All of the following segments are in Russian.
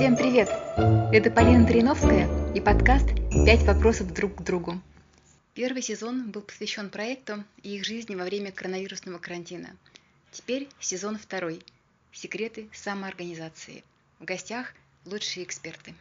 Всем привет! Это Полина Триновская и подкаст «5 вопросов друг к другу». Первый сезон был посвящен проекту и их жизни во время коронавирусного карантина. Теперь сезон второй «Секреты самоорганизации». В гостях лучшие эксперты.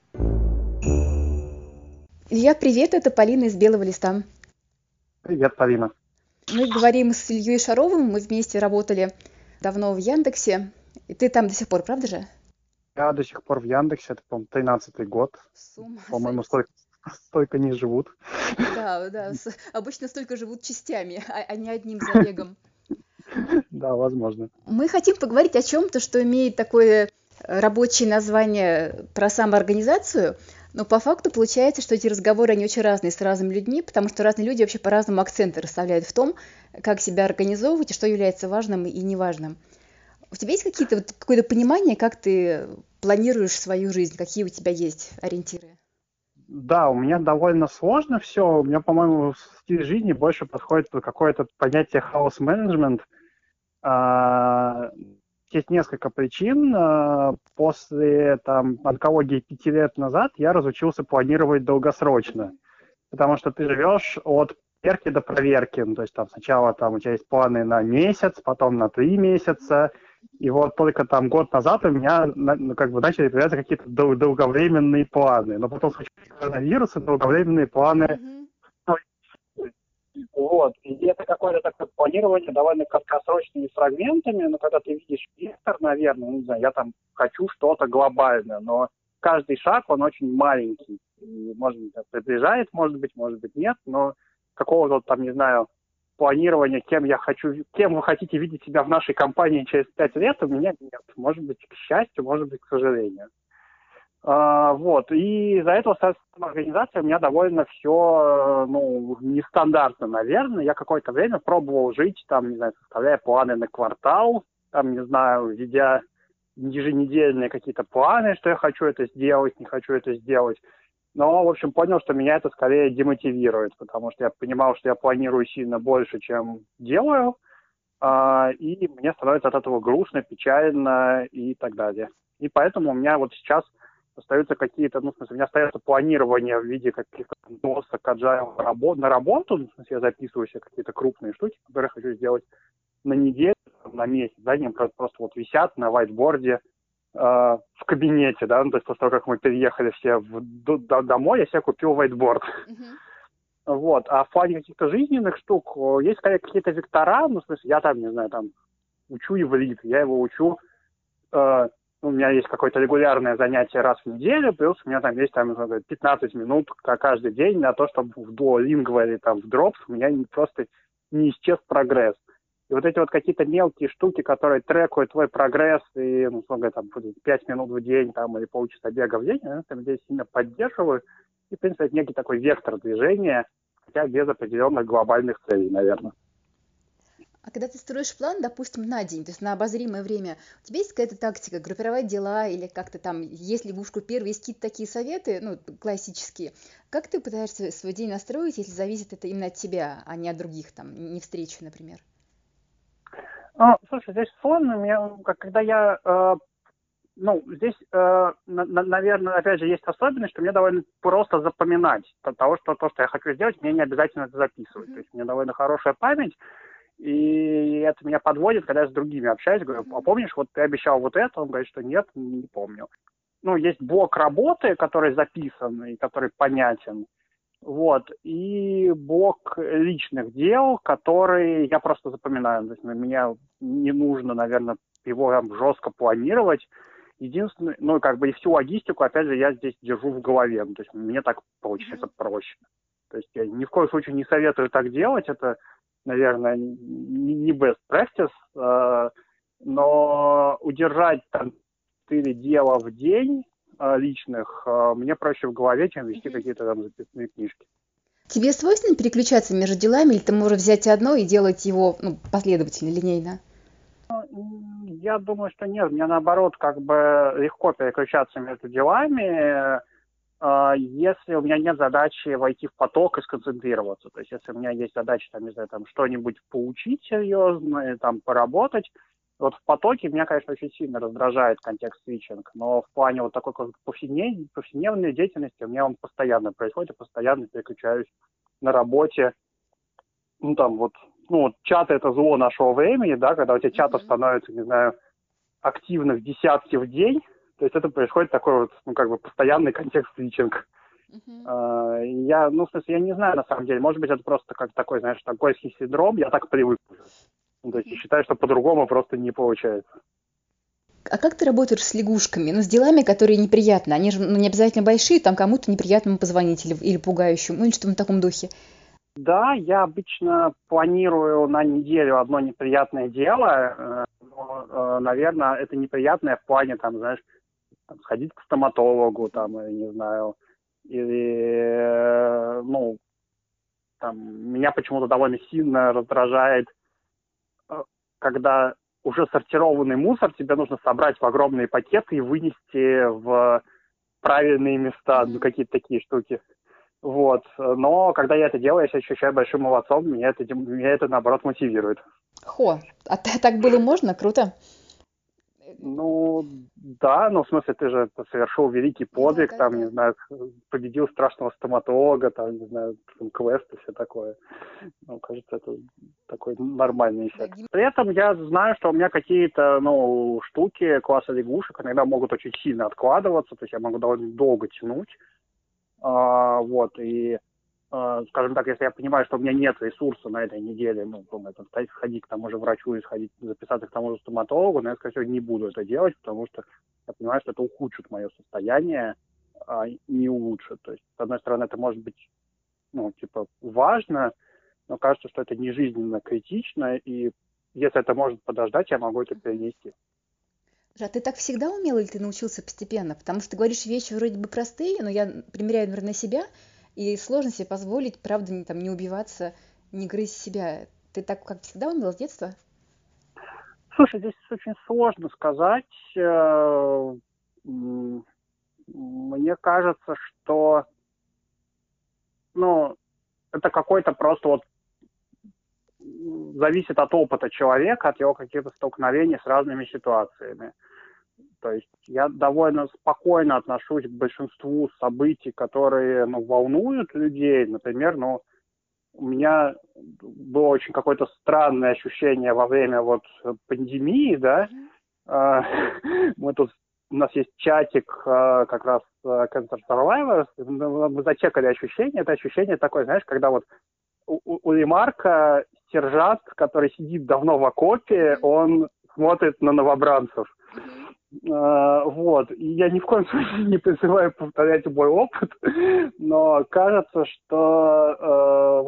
Илья, привет! Это Полина из «Белого листа». Привет, Полина. Мы говорим с Ильей Шаровым, мы вместе работали давно в Яндексе. И ты там до сих пор, правда же? Я до сих пор в Яндексе, это, по-моему, 13-й год. По-моему, столько не живут. Да, обычно столько живут частями, а не одним забегом. Да, возможно. Мы хотим поговорить о чем-то, что имеет такое рабочее название про самоорганизацию, но по факту получается, что эти разговоры, они очень разные с разными людьми, потому что разные люди вообще по-разному акценты расставляют в том, как себя организовывать и что является важным и неважным. У тебя есть какое-то понимание, как ты планируешь свою жизнь, какие у тебя есть ориентиры? Да, у меня довольно сложно все. У меня, по-моему, в стиле жизни больше подходит какое-то понятие хаус-менеджмент. Есть несколько причин. После онкологии 5 лет назад я разучился планировать долгосрочно. Потому что ты живешь от проверки до проверки. То есть сначала у тебя есть планы на месяц, потом на 3 месяца. И вот только год назад у меня начали появляться какие-то долговременные планы. Но потом случился коронавирус, и долговременные планы. Вот. И это какое-то такое планирование довольно краткосрочными фрагментами, но когда ты видишь вектор, наверное, не знаю, я хочу что-то глобальное, но каждый шаг, он очень маленький. И, может быть, приближает, может быть, нет, но какого-то не знаю, планирования, кем вы хотите видеть себя в нашей компании через 5 лет, у меня нет. Может быть, к счастью, может быть, к сожалению. Вот. И из-за этого организация у меня довольно все, нестандартно, наверное. Я какое-то время пробовал жить, составляя планы на квартал, ведя еженедельные какие-то планы, что я хочу это сделать, не хочу это сделать. Но, в общем, понял, что меня это скорее демотивирует, потому что я понимал, что я планирую сильно больше, чем делаю, и мне становится от этого грустно, печально и так далее. И поэтому у меня вот сейчас остаются какие-то, у меня остается планирование в виде каких-то досок agile на работу, я записываю себе какие-то крупные штуки, которые я хочу сделать на неделю, на месяц, они просто висят на вайтборде в кабинете, то есть после того, как мы переехали все домой, я себе купил вайтборд. Вот. А в плане каких-то жизненных штук есть какие-то вектора, я учу иврит, я его учу, у меня есть какое-то регулярное занятие раз в неделю, плюс у меня есть 15 минут каждый день на то, чтобы в Duolingo или в Drops у меня просто не исчез прогресс. И вот эти какие-то мелкие штуки, которые трекают твой прогресс, и, 5 минут в день, или полчаса бега в день, они здесь сильно поддерживают. И, в принципе, это некий такой вектор движения, хотя без определенных глобальных целей, наверное. А когда ты строишь план, допустим, на день, то есть на обозримое время, у тебя есть какая-то тактика группировать дела или как-то если в ушку первые есть какие-то такие советы, классические, как ты пытаешься свой день настроить, если зависит это именно от тебя, а не от других, не встречи, например? Слушай, здесь сложно, когда я, здесь, наверное, опять же, есть особенность, что мне довольно просто запоминать то, что я хочу сделать, мне не обязательно это записывать. То есть у меня довольно хорошая память, и это меня подводит, когда я с другими общаюсь, говорю, а помнишь, ты обещал это? Он говорит, что нет, не помню. Есть блок работы, который записан и который понятен. Вот, и блок личных дел, которые я просто запоминаю. То есть мне не нужно, наверное, его жестко планировать. Единственное, и всю логистику, опять же, я здесь держу в голове. То есть мне так получается проще. То есть я ни в коем случае не советую так делать. Это, наверное, не best practice, но удержать 4 дела в день личных мне проще в голове, чем вести какие-то записные книжки. Тебе свойственно переключаться между делами, или ты можешь взять одно и делать его последовательно, линейно? Я думаю, что нет. Мне наоборот легко переключаться между делами, если у меня нет задачи войти в поток и сконцентрироваться. То есть если у меня есть задача, что-нибудь поучить серьезно, поработать, Вот в потоке меня, конечно, очень сильно раздражает контекст-свитчинг, но в плане вот такой повседневной деятельности у меня он постоянно происходит, я постоянно переключаюсь на работе. Ну, там вот, вот чаты — это зло нашего времени, да, когда у тебя чатов становится, не знаю, активных десятки в день, то есть это происходит такой вот, постоянный контекст-свитчинг. Я не знаю, на самом деле, может быть, это просто как такой, знаешь, стокгольмский синдром, я так привык. То есть я считаю, что по-другому просто не получается. А как ты работаешь с лягушками? С делами, которые неприятны. Они же не обязательно большие, там кому-то неприятному позвонить или пугающему, или что-то в таком духе. Да, я обычно планирую на неделю одно неприятное дело, но, наверное, это неприятное в плане, сходить к стоматологу, я не знаю, или, меня почему-то довольно сильно раздражает, когда уже сортированный мусор тебе нужно собрать в огромные пакеты и вынести в правильные места, какие-то такие штуки. Вот. Но когда я это делаю, я себя ощущаю большим молодцом, меня это наоборот мотивирует. А так было можно? Круто. Да, в смысле, ты же совершил великий подвиг, не знаю, победил страшного стоматолога, не знаю, квест и все такое. Кажется, это такой нормальный эффект. При этом я знаю, что у меня какие-то, штуки класса лягушек иногда могут очень сильно откладываться, то есть я могу довольно долго тянуть. И, скажем так, если я понимаю, что у меня нет ресурса на этой неделе, сходить к тому же врачу и записаться к тому же стоматологу, но я, скорее всего, не буду это делать, потому что я понимаю, что это ухудшит мое состояние, а не улучшит. То есть, с одной стороны, это может быть, важно, но кажется, что это не жизненно критично, и если это может подождать, я могу это перенести. А ты так всегда умел или ты научился постепенно? Потому что ты говоришь вещи вроде бы простые, но я примеряю, наверное, на себя, и сложно себе позволить, правда, не убиваться, не грызть себя. Ты так как всегда умел с детства? Слушай, здесь очень сложно сказать. Мне кажется, что это какой-то просто зависит от опыта человека, от его каких-то столкновений с разными ситуациями. То есть я довольно спокойно отношусь к большинству событий, которые, волнуют людей. Например, у меня было очень какое-то странное ощущение во время пандемии, да. У нас есть чатик как раз Cancer Survivors, мы зачекали ощущение. Это ощущение такое, знаешь, когда у ремарка сержант, который сидит давно в окопе, он смотрит на новобранцев. И я ни в коем случае не призываю повторять мой опыт, но кажется, что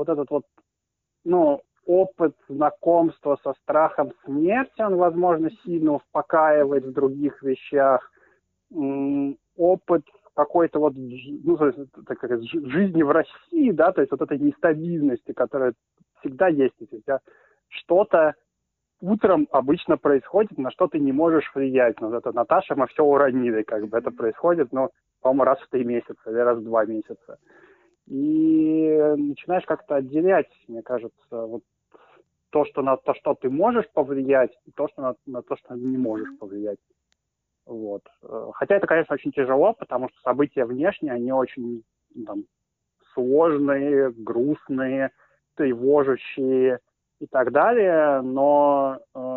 опыт знакомства со страхом смерти, он, возможно, сильно успокаивает в других вещах. Опыт какой-то жизни в России, да, то есть этой нестабильности, которая всегда есть. У тебя что-то утром обычно происходит, на что ты не можешь влиять. Наташа, мы все уронили, это происходит, по-моему, раз в 3 месяца или раз в 2 месяца. И начинаешь как-то отделять, мне кажется, то, что на то, что ты можешь повлиять, и то, что на то, что не можешь повлиять. Хотя это, конечно, очень тяжело, потому что события внешние, они очень сложные, грустные, тревожащие и так далее, но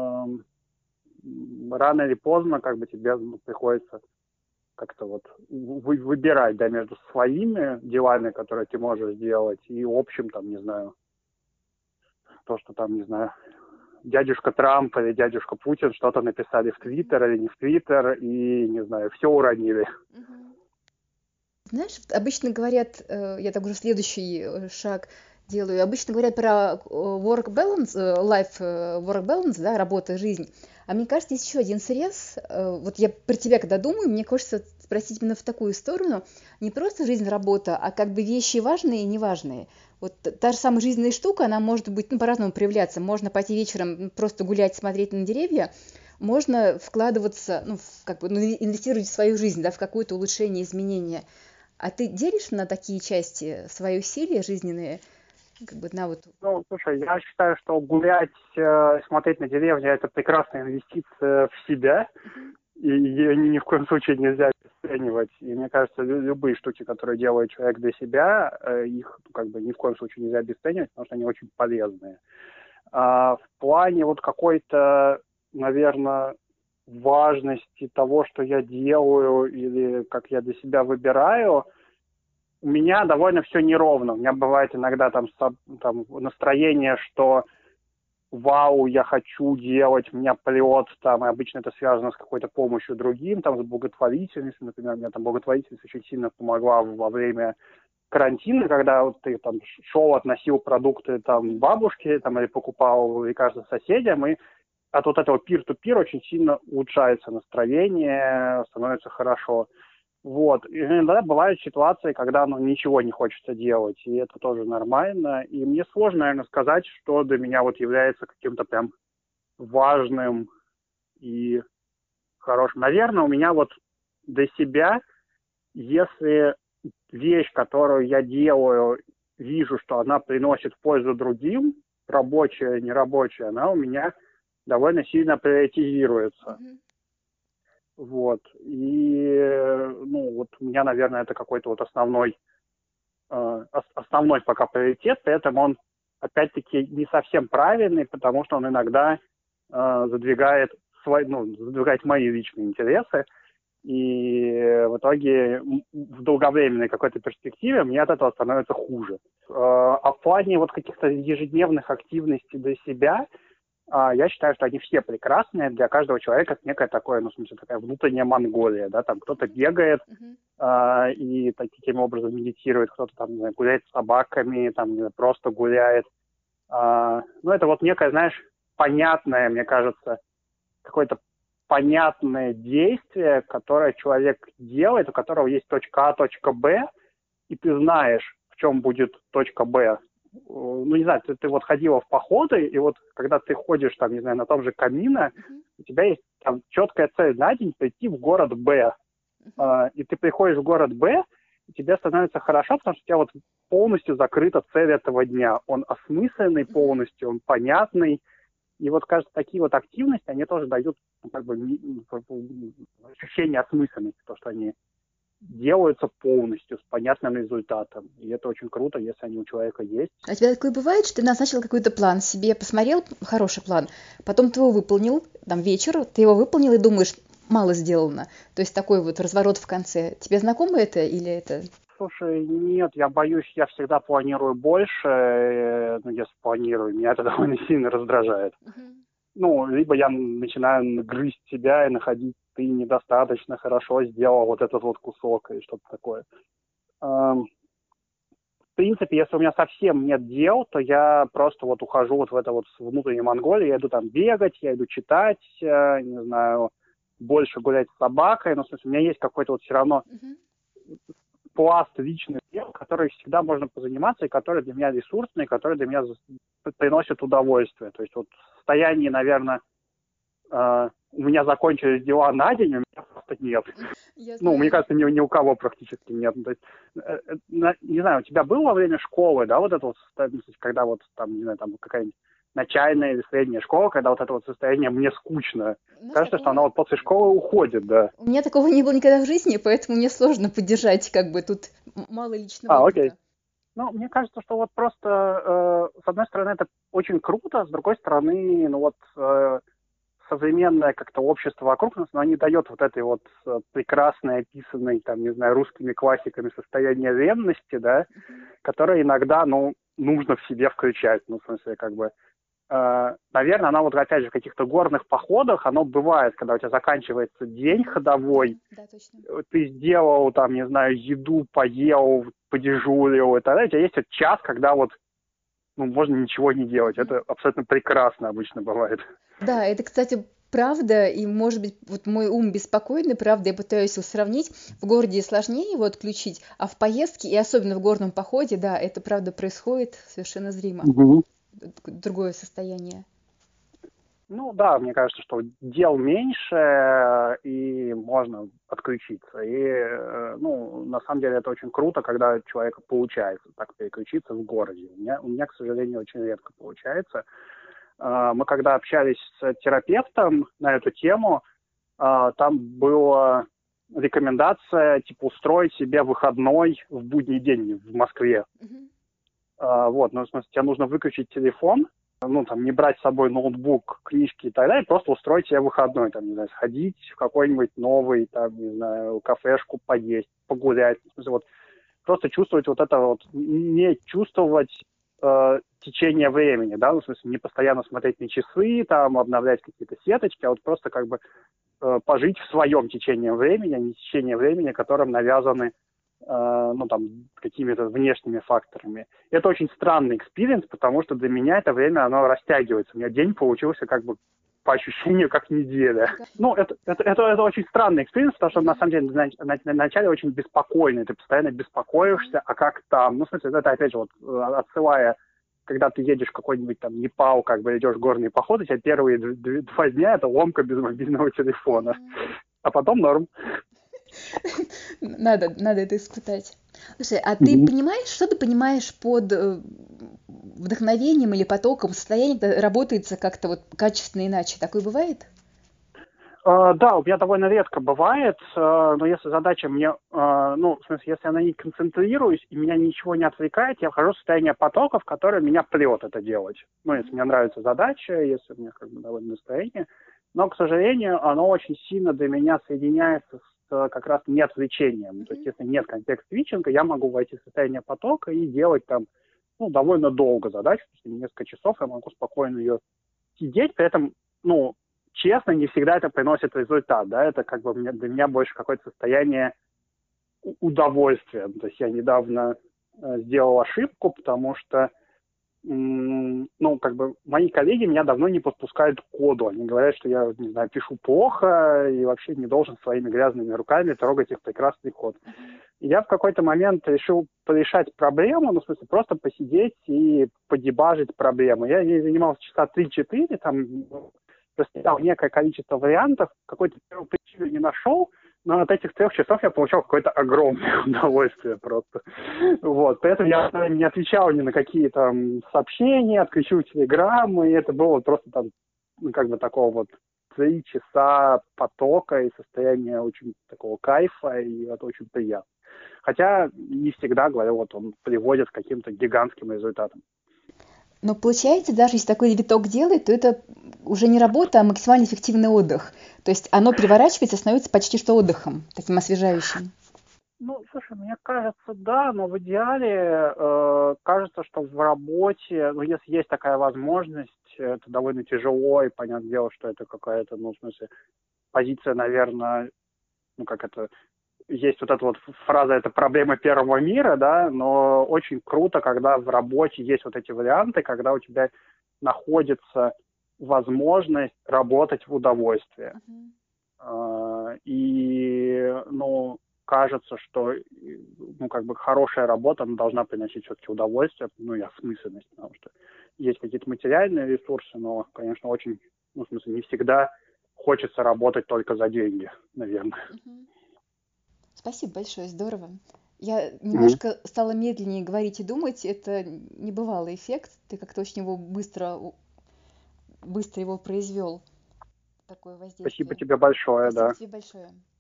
рано или поздно тебе приходится как-то выбирать, да, между своими делами, которые ты можешь сделать, и общим, не знаю, то, что не знаю, дядюшка Трамп или дядюшка Путин что-то написали в Твиттер или не в Твиттер, и, не знаю, все уронили. Знаешь, обычно говорят, я так уже следующий шаг делаю, обычно говорят про work balance, life work balance, да, работа, жизнь. А мне кажется, есть еще один срез. Я про тебя когда думаю, мне хочется спросить именно в такую сторону. Не просто жизнь, работа, а вещи важные и неважные. Та же самая жизненная штука, она может быть по-разному проявляться. Можно пойти вечером просто гулять, смотреть на деревья. Можно вкладываться, инвестировать в свою жизнь, да, в какое-то улучшение, изменение. А ты делишь на такие части свои усилия жизненные? Как бы на вот... Ну, слушай, я считаю, что гулять, смотреть на деревню – это прекрасная инвестиция в себя, и ее ни в коем случае нельзя обесценивать. И мне кажется, любые штуки, которые делает человек для себя, их как бы ни в коем случае нельзя обесценивать, потому что они очень полезные. А в плане вот какой-то, наверное, важности того, что я делаю или как я для себя выбираю, у меня довольно все неровно. У меня бывает иногда там настроение, что вау, я хочу делать, меня прет, там, и обычно это связано с какой-то помощью другим, там, с благотворительностью, например, мне там благотворительность очень сильно помогла во время карантина, когда вот ты там шел, относил продукты там бабушке, там, или покупал лекарства соседям, и от вот этого peer-to-peer очень сильно улучшается настроение, становится хорошо. Вот. И иногда бывают ситуации, когда ничего не хочется делать, и это тоже нормально. И мне сложно, наверное, сказать, что для меня вот является каким-то прям важным и хорошим. Наверное, у меня вот для себя, если вещь, которую я делаю, вижу, что она приносит пользу другим, рабочая, нерабочая, она у меня довольно сильно приоритизируется. Вот. И, вот у меня, наверное, это какой-то вот основной пока приоритет, поэтому он, опять-таки, не совсем правильный, потому что он иногда задвигает мои личные интересы, и в итоге в долговременной какой-то перспективе мне от этого становится хуже. А в плане вот каких-то ежедневных активностей для себя, я считаю, что они все прекрасные. Для каждого человека это некое такое, в смысле, такая внутренняя Монголия, да, там кто-то бегает и таким образом медитирует, кто-то там, не знаю, гуляет с собаками, там, не знаю, просто гуляет. Это вот некое, знаешь, понятное, мне кажется, какое-то понятное действие, которое человек делает, у которого есть точка А, точка Б, и ты знаешь, в чем будет точка Б. Не знаю, ты вот ходила в походы, и вот когда ты ходишь там, не знаю, на том же Камино, у тебя есть там четкая цель на день прийти в город Б. И ты приходишь в город Б, и тебе становится хорошо, потому что у тебя вот полностью закрыта цель этого дня. Он осмысленный полностью, он понятный. И вот, кажется, такие вот активности, они тоже дают ощущение осмысленности, то, что они делаются полностью, с понятным результатом. И это очень круто, если они у человека есть. А у тебя такое бывает, что ты назначил какой-то план себе, посмотрел, хороший план, потом ты его выполнил, там вечер, ты его выполнил и думаешь, мало сделано. То есть такой вот разворот в конце. Тебе знакомо это или это... Слушай, нет, я боюсь, я всегда планирую больше, если планирую, меня это довольно сильно раздражает. Либо я начинаю грызть себя и находить, ты недостаточно хорошо сделал вот этот вот кусок и что-то такое. В принципе, если у меня совсем нет дел, то я просто вот ухожу вот в это вот внутреннюю Монголию, я иду там бегать, я иду читать, не знаю, больше гулять с собакой, в смысле, у меня есть какой-то вот все равно пласт личных дел, которые всегда можно позаниматься, и которые для меня ресурсные, которые для меня приносят удовольствие. То есть вот в состоянии, наверное, у меня закончились дела на день, у меня просто нет. Мне кажется, ни у кого практически нет. То есть, не знаю, у тебя было во время школы, да, вот это вот состояние, когда вот там, не знаю, там какая-нибудь начальная или средняя школа, когда вот это вот состояние «мне скучно». Кажется, что оно вот после школы уходит, да. У меня такого не было никогда в жизни, поэтому мне сложно поддержать, как бы тут мало личного опыта. Окей. Мне кажется, что вот просто, с одной стороны, это очень круто, с другой стороны, современное как-то общество вокруг нас, оно не дает вот этой вот прекрасной, описанной, там, не знаю, русскими классиками состояния ревности, да, которое иногда, нужно в себе включать, в смысле, как бы, наверное, она вот, опять же, в каких-то горных походах, оно бывает, когда у тебя заканчивается день ходовой, да, точно. Ты сделал, там, не знаю, еду, поел, подежурил, и тогда у тебя есть час, когда вот, можно ничего не делать. Это абсолютно прекрасно обычно бывает. Да, это, кстати, правда, и, может быть, вот мой ум беспокойный, правда, я пытаюсь его сравнить. В городе сложнее его отключить, а в поездке, и особенно в горном походе, да, это, правда, происходит совершенно зримо. Другое состояние. Ну да, мне кажется, что дел меньше, и можно отключиться. И, ну, на самом деле это очень круто, когда у человека получается так переключиться в городе. У меня, к сожалению, очень редко получается. Мы когда общались с терапевтом на эту тему, там была рекомендация, типа, устроить себе выходной в будний день в Москве. Мгм. Вот, ну, в смысле, тебе нужно выключить телефон, ну, там, не брать с собой ноутбук, книжки и так далее, просто устроить себе выходной, там, не знаю, сходить в какой-нибудь новый, там, не знаю, кафешку поесть, погулять. В смысле, вот, просто чувствовать вот это вот, не чувствовать течение времени, да, ну, в смысле, не постоянно смотреть на часы, там, обновлять какие-то сеточки, а вот просто как бы пожить в своем течении времени, а не течение времени, которым навязаны ну, там, какими-то внешними факторами. Это очень странный экспириенс, потому что для меня это время, оно растягивается. У меня день получился как бы по ощущению как неделя. Ну, это очень странный экспириенс, потому что на самом деле на начале очень беспокойный, ты постоянно беспокоишься, а как там? Ну, в смысле, это опять же, вот, отсылая, когда ты едешь в какой-нибудь там Непал, как бы идешь в горный поход, у тебя первые 2 дня это ломка без мобильного телефона, а потом норм. Надо это испытать. Слушай, а ты Мгм. понимаешь, что ты понимаешь под вдохновением или потоком состояния, когда работается как-то вот качественно иначе? Такое бывает? Да, у меня довольно редко бывает, но если задача мне, ну, в смысле, если я на ней концентрируюсь и меня ничего не отвлекает, я вхожу в состояние потока, в которое меня прет это делать. Ну, если мне нравится задача, если у меня как бы довольно настроение. Но, к сожалению, оно очень сильно для меня соединяется с как раз неотвлечением. То есть, если нет контекст-свитчинга, я могу войти в состояние потока и делать там, ну, довольно долго задачу, то есть несколько часов я могу спокойно ее сидеть, при этом, ну, честно, не всегда это приносит результат, да, это как бы для меня больше какое-то состояние удовольствия. То есть я недавно сделал ошибку, потому что, ну, как бы мои коллеги меня давно не подпускают к коду. Они говорят, что я, не знаю, пишу плохо и вообще не должен своими грязными руками трогать их прекрасный код. И я в какой-то момент решил порешать проблему, ну, в смысле, просто посидеть и подебажить проблему. Я ей занимался часа 3-4, там, раскидал некое количество вариантов, какой-то первую причину не нашел, но от этих 3 часов я получал какое-то огромное удовольствие просто. Вот. Поэтому я не отвечал ни на какие там сообщения, отключил телеграммы, и это было просто там, ну, как бы такого вот 3 часа потока и состояния очень такого кайфа, и это очень приятно. Хотя не всегда, говорю, вот он приводит к каким-то гигантским результатам. Но получается, даже если такой виток делает, то это уже не работа, а максимально эффективный отдых. То есть оно переворачивается, становится почти что отдыхом, таким освежающим. Ну, слушай, мне кажется, да, но в идеале кажется, что в работе, ну, если есть такая возможность, это довольно тяжело, и понятное дело, что это какая-то, ну, в смысле, позиция, наверное, ну, как это, есть вот эта вот фраза, это проблема первого мира, да, но очень круто, когда в работе есть вот эти варианты, когда у тебя находится возможность работать в удовольствие. И, ну, кажется, что, ну, как бы хорошая работа, она должна приносить все-таки удовольствие, ну, и осмысленность, потому что есть какие-то материальные ресурсы, но, конечно, очень, ну, в смысле, не всегда хочется работать только за деньги, наверное. Спасибо большое, здорово. Я Мгм. немножко стала медленнее говорить и думать, это небывалый эффект. Ты как-то очень его быстро его произвел, такое Спасибо воздействие. тебе большое, Спасибо да. тебе большое.